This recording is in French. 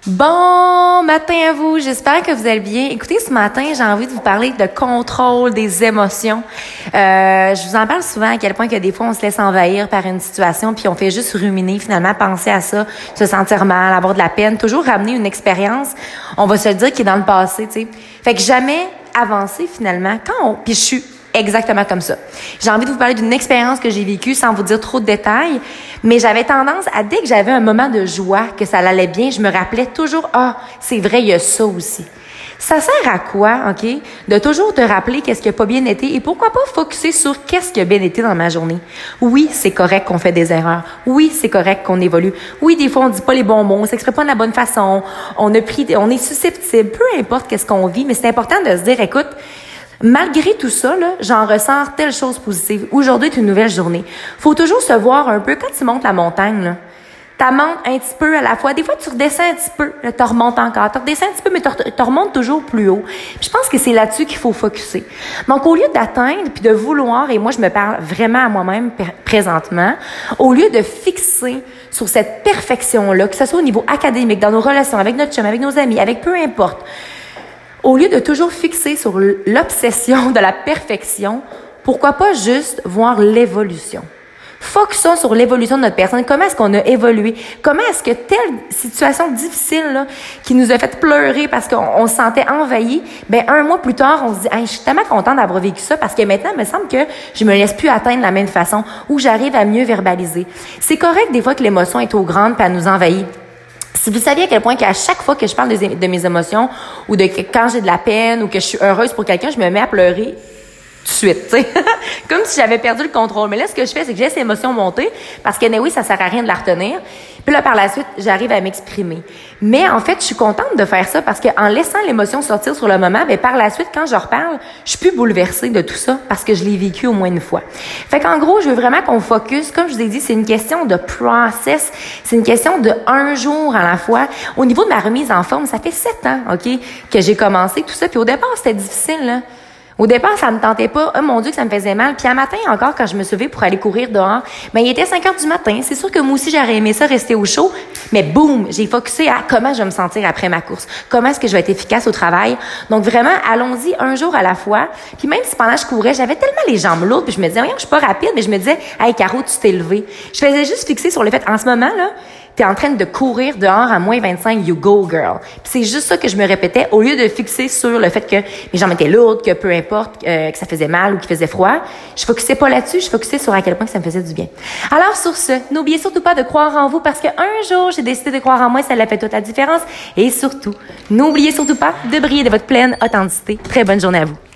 Bon matin à vous, j'espère que vous allez bien. Écoutez, ce matin, j'ai envie de vous parler de contrôle des émotions. Je vous en parle souvent à quel point que des fois, on se laisse envahir par une situation puis on fait juste ruminer, finalement, penser à ça, se sentir mal, avoir de la peine, toujours ramener une expérience, on va se le dire, qui est dans le passé, tu sais. Fait que jamais avancer, finalement, puis je suis exactement comme ça. J'ai envie de vous parler d'une expérience que j'ai vécue sans vous dire trop de détails, mais j'avais tendance à, dès que j'avais un moment de joie, que ça allait bien, je me rappelais toujours, c'est vrai, il y a ça aussi. Ça sert à quoi, OK, de toujours te rappeler qu'est-ce qui a pas bien été et pourquoi pas focuser sur qu'est-ce qui a bien été dans ma journée. Oui, c'est correct qu'on fait des erreurs. Oui, c'est correct qu'on évolue. Oui, des fois, on dit pas les bons mots, on s'exprime pas de la bonne façon, on est susceptible, peu importe qu'est-ce qu'on vit, mais c'est important de se dire, écoute, malgré tout ça, là, j'en ressens telle chose positive. Aujourd'hui est une nouvelle journée. Faut toujours se voir un peu quand tu montes la montagne, là. Tu montes un petit peu à la fois. Des fois, tu redescends un petit peu, tu remontes encore. Tu redescends un petit peu, mais tu remontes toujours plus haut. Puis je pense que c'est là-dessus qu'il faut focusser. Donc, au lieu d'atteindre puis de vouloir, et moi, je me parle vraiment à moi-même présentement, au lieu de fixer sur cette perfection-là, que ce soit au niveau académique, dans nos relations, avec notre chum, avec nos amis, avec peu importe, au lieu de toujours fixer sur l'obsession de la perfection, pourquoi pas juste voir l'évolution? Focusons sur l'évolution de notre personne. Comment est-ce qu'on a évolué? Comment est-ce que telle situation difficile là, qui nous a fait pleurer parce qu'on se sentait envahi, un mois plus tard, on se dit, je suis tellement contente d'avoir vécu ça parce que maintenant, il me semble que je me laisse plus atteindre de la même façon ou j'arrive à mieux verbaliser. C'est correct des fois que l'émotion est trop grande et elle nous envahit. Si vous saviez à quel point qu'à chaque fois que je parle de mes émotions ou de quand j'ai de la peine ou que je suis heureuse pour quelqu'un, je me mets à pleurer tout de suite, tu sais. Comme si j'avais perdu le contrôle. Mais là, ce que je fais, c'est que j'ai ces émotions montées parce que, oui, ça sert à rien de la retenir. Puis là, par la suite, j'arrive à m'exprimer. Mais en fait, je suis contente de faire ça parce qu'en laissant l'émotion sortir sur le moment, par la suite, quand je reparle, je suis plus bouleversée de tout ça parce que je l'ai vécu au moins une fois. Fait qu'en gros, je veux vraiment qu'on focus. Comme je vous ai dit, c'est une question de process. C'est une question de un jour à la fois. Au niveau de ma remise en forme, ça fait 7 ans, OK, que j'ai commencé tout ça. Puis au départ, c'était difficile, là. Au départ, ça me tentait pas. Oh mon Dieu, que ça me faisait mal. Puis un matin encore, quand je me suis levée pour aller courir dehors, il était 5 heures du matin. C'est sûr que moi aussi, j'aurais aimé ça rester au chaud. Mais boum, j'ai focusé à comment je vais me sentir après ma course. Comment est-ce que je vais être efficace au travail. Donc vraiment, allons-y un jour à la fois. Puis même si pendant que je courais, j'avais tellement les jambes lourdes, puis je me disais, je suis pas rapide, mais je me disais, hey Caro, tu t'es levée. Je faisais juste fixer sur le fait, en ce moment, là, t'es en train de courir dehors à moins 25, you go, girl. Puis c'est juste ça que je me répétais, au lieu de fixer sur le fait que mes jambes étaient lourdes, que peu importe, que ça faisait mal ou qu'il faisait froid. Je focusais pas là-dessus, je focusais sur à quel point que ça me faisait du bien. Alors sur ce, n'oubliez surtout pas de croire en vous parce qu'un jour, j'ai décidé de croire en moi, ça a fait toute la différence. Et surtout, n'oubliez surtout pas de briller de votre pleine authenticité. Très bonne journée à vous.